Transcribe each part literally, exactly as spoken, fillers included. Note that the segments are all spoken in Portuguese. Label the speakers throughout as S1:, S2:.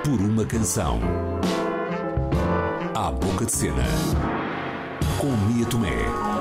S1: Por uma Canção. À Boca de Cena, com Mia Tomé.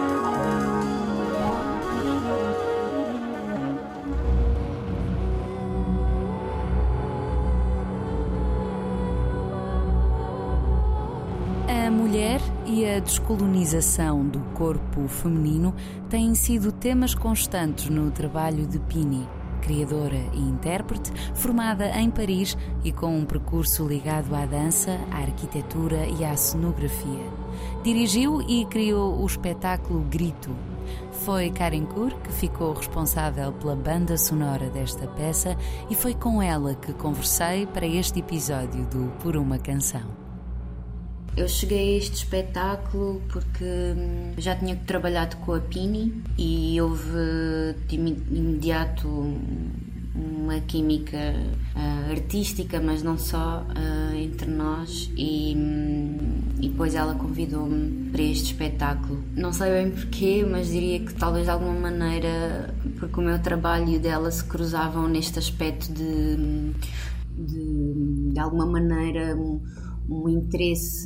S2: A mulher e a descolonização do corpo feminino têm sido temas constantes no trabalho de Pini, criadora e intérprete, formada em Paris e com um percurso ligado à dança, à arquitetura e à cenografia. Dirigiu e criou o espetáculo Grito. Foi Karen Kur que ficou responsável pela banda sonora desta peça e foi com ela que conversei para este episódio do Por uma Canção.
S3: Eu cheguei a este espetáculo porque já tinha trabalhado com a Pini e houve de imediato uma química uh, artística, mas não só, uh, entre nós e, e depois ela convidou-me para este espetáculo. Não sei bem porquê, mas diria que talvez de alguma maneira, porque o meu trabalho e o dela se cruzavam neste aspecto de, de, de alguma maneira, um, um interesse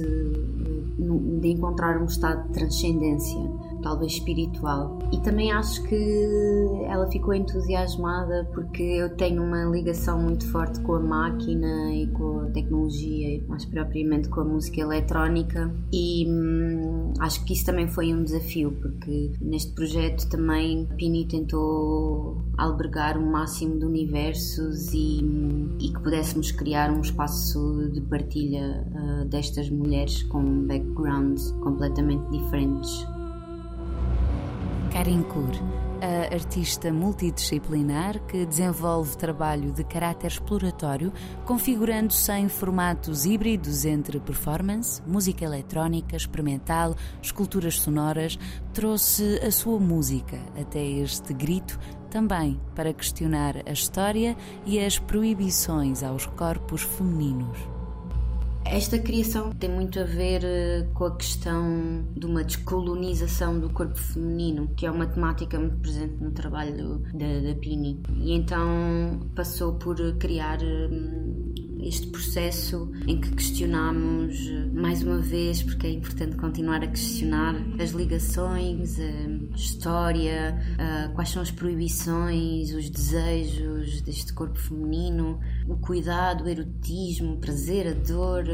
S3: de encontrar um estado de transcendência, talvez espiritual. E também acho que ela ficou entusiasmada porque eu tenho uma ligação muito forte com a máquina e com a tecnologia, mais propriamente com a música eletrónica, e hum, acho que isso também foi um desafio, porque neste projeto também a Pini tentou albergar o máximo de universos e, e que pudéssemos criar um espaço de partilha uh, destas mulheres com backgrounds completamente diferentes.
S2: Karen Kur, a artista multidisciplinar que desenvolve trabalho de caráter exploratório, configurando-se em formatos híbridos entre performance, música eletrónica, experimental, esculturas sonoras, trouxe a sua música até este Grito, também para questionar a história e as proibições aos corpos femininos.
S3: Esta criação tem muito a ver com a questão de uma descolonização do corpo feminino, que é uma temática muito presente no trabalho da, da Pini. E então passou por criar este processo em que questionamos, mais uma vez, porque é importante continuar a questionar as ligações, a história, a quais são as proibições, os desejos deste corpo feminino, o cuidado, o erotismo, o prazer, a dor.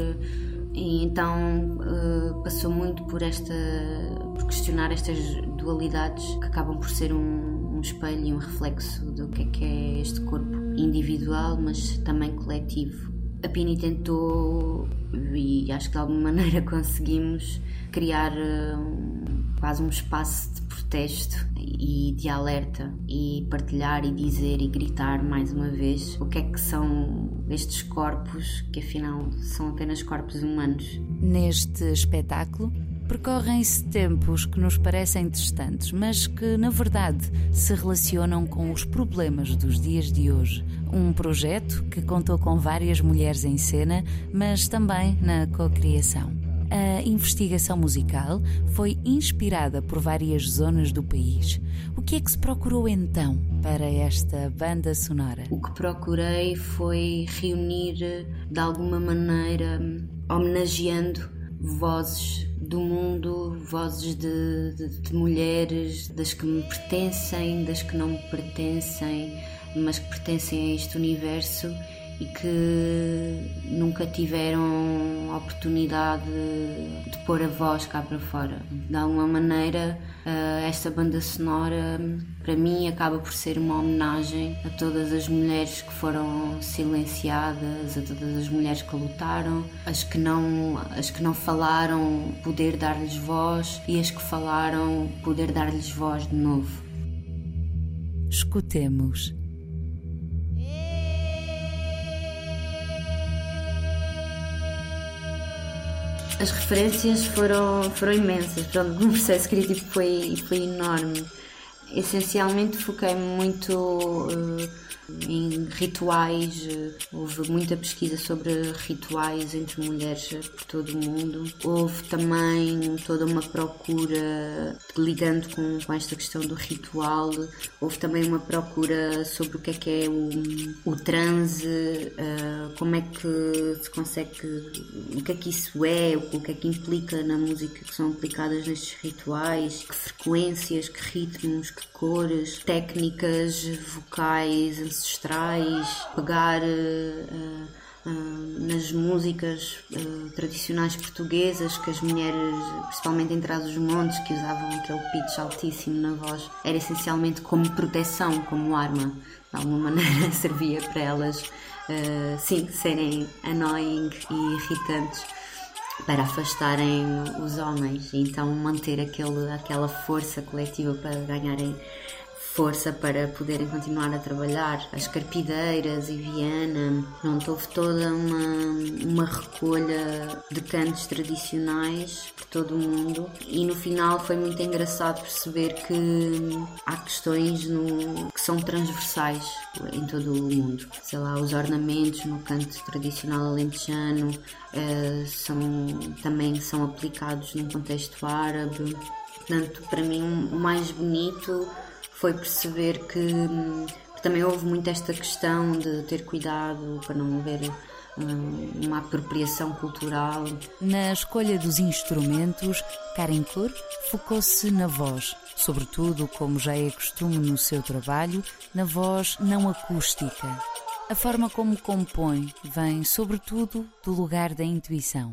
S3: E então uh, passou muito por esta por questionar estas dualidades que acabam por ser um, um espelho e um reflexo do que é que é este corpo individual, mas também coletivo. A Pini tentou, e acho que de alguma maneira conseguimos, criar um, quase um espaço de protesto e de alerta e partilhar e dizer e gritar mais uma vez o que é que são estes corpos, que afinal são apenas corpos humanos.
S2: Neste espetáculo percorrem-se tempos que nos parecem distantes, mas que na verdade se relacionam com os problemas dos dias de hoje. Um projeto que contou com várias mulheres em cena, mas também na cocriação. A investigação musical foi inspirada por várias zonas do país. O que é que se procurou então para esta banda sonora?
S3: O que procurei foi reunir, de alguma maneira, homenageando vozes do mundo, vozes de, de, de mulheres, das que me pertencem, das que não me pertencem, mas que pertencem a este universo e que nunca tiveram a oportunidade de pôr a voz cá para fora. De alguma maneira, esta banda sonora, para mim, acaba por ser uma homenagem a todas as mulheres que foram silenciadas, a todas as mulheres que lutaram, as que não, as que não falaram, poder dar-lhes voz, e as que falaram, poder dar-lhes voz de novo.
S2: Escutemos.
S3: As referências foram, foram imensas. Pronto, o processo criativo foi, foi enorme. Essencialmente foquei-me muito uh, em rituais, uh, houve muita pesquisa sobre rituais entre mulheres por todo o mundo. Houve também toda uma procura ligando com, com esta questão do ritual, houve também uma procura sobre o que é que é o, o transe, uh, como é que se consegue, o que é que isso é, o que é que implica na música que são aplicadas nestes rituais, que frequências, que ritmos, que cores, técnicas vocais ancestrais, pegar uh, uh, nas músicas uh, tradicionais portuguesas que as mulheres, principalmente em Trás-os-Montes, que usavam aquele pitch altíssimo na voz, era essencialmente como proteção, como arma, de alguma maneira servia para elas uh, sim, serem annoying e irritantes, para afastarem os homens, e então manter aquele, aquela força coletiva para ganharem força para poderem continuar a trabalhar. As Carpideiras e Viana, pronto, houve toda uma, uma recolha de cantos tradicionais por todo o mundo, e no final foi muito engraçado perceber que há questões no, que são transversais em todo o mundo. Sei lá, os ornamentos no canto tradicional alentejano uh, são, também são aplicados num contexto árabe. Portanto, para mim o mais bonito foi perceber que, que também houve muito esta questão de ter cuidado para não haver um, uma apropriação cultural.
S2: Na escolha dos instrumentos, Karen Kur focou-se na voz, sobretudo, como já é costume no seu trabalho, na voz não acústica. A forma como compõe vem, sobretudo, do lugar da intuição.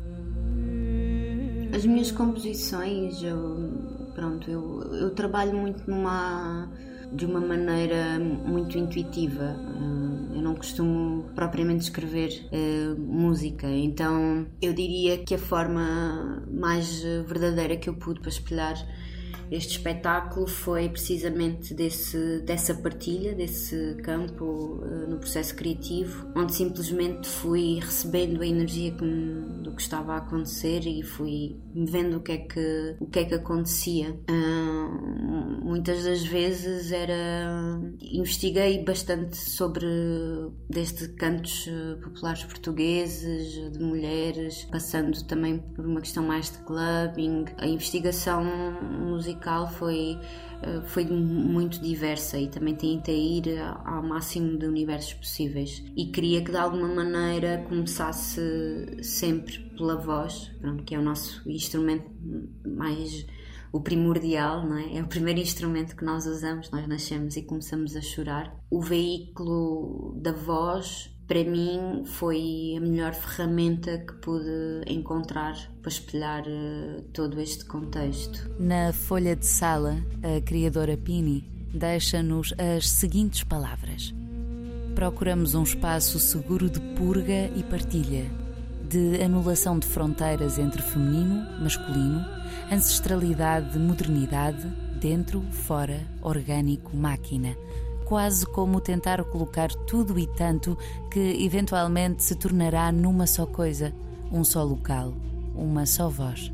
S3: As minhas composições, eu, pronto, eu, eu trabalho muito numa, de uma maneira muito intuitiva. Eu não costumo propriamente escrever uh, música, então eu diria que a forma mais verdadeira que eu pude para espelhar este espetáculo foi precisamente desse, dessa partilha, desse campo uh, no processo criativo, onde simplesmente fui recebendo a energia que me, do que estava a acontecer e fui vendo o que é que, o que, é que acontecia. Uh, muitas das vezes era... investiguei bastante sobre, desde cantos populares portugueses, de mulheres, passando também por uma questão mais de clubbing. A investigação musical foi, foi muito diversa e também tentei ir ao máximo de universos possíveis, e queria que de alguma maneira começasse sempre pela voz, pronto, que é o nosso instrumento mais, o primordial, não é? É o primeiro instrumento que nós usamos, nós nascemos e começamos a chorar. O veículo da voz, para mim, foi a melhor ferramenta que pude encontrar para espelhar uh, todo este contexto.
S2: Na folha de sala, a criadora Pini deixa-nos as seguintes palavras: procuramos um espaço seguro de purga e partilha, de anulação de fronteiras entre feminino, masculino, ancestralidade, modernidade, dentro, fora, orgânico, máquina. Quase como tentar colocar tudo e tanto que eventualmente se tornará numa só coisa, um só local, uma só voz.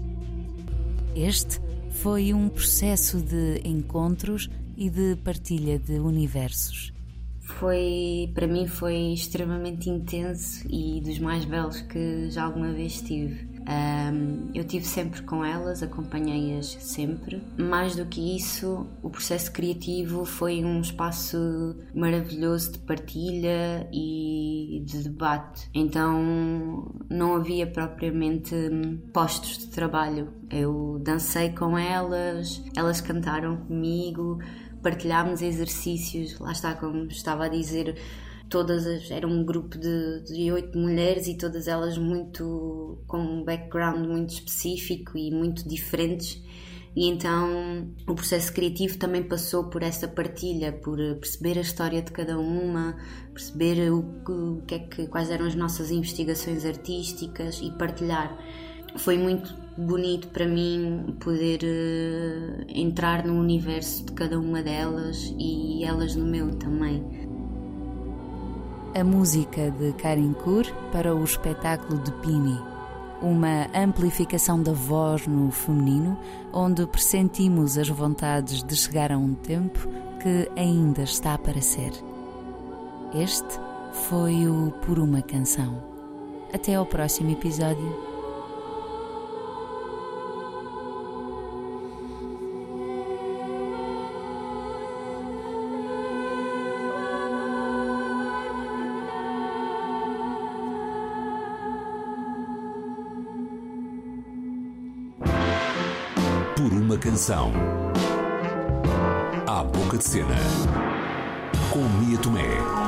S2: Este foi um processo de encontros e de partilha de universos.
S3: Foi, para mim foi extremamente intenso e dos mais belos que já alguma vez tive. Um, eu estive sempre com elas, acompanhei-as sempre. Mais do que isso, o processo criativo foi um espaço maravilhoso de partilha e de debate. Então não havia propriamente postos de trabalho. Eu dancei com elas, elas cantaram comigo, partilhámos exercícios. Lá está, como estava a dizer, todas as, era um grupo de, de oito mulheres e todas elas muito com um background muito específico e muito diferentes, e então o processo criativo também passou por essa partilha, por perceber a história de cada uma, perceber o, o que é que, quais eram as nossas investigações artísticas e partilhar. Foi muito bonito para mim poder uh, entrar no universo de cada uma delas e elas no meu também.
S2: A música de Karen Kur para o espetáculo de Pini. uma amplificação da voz no feminino, onde pressentimos as vontades de chegar a um tempo que ainda está para ser. Este foi o Por Uma Canção. Até ao próximo episódio.
S1: Por Uma Canção. À Boca de Cena, com Mia Tomé.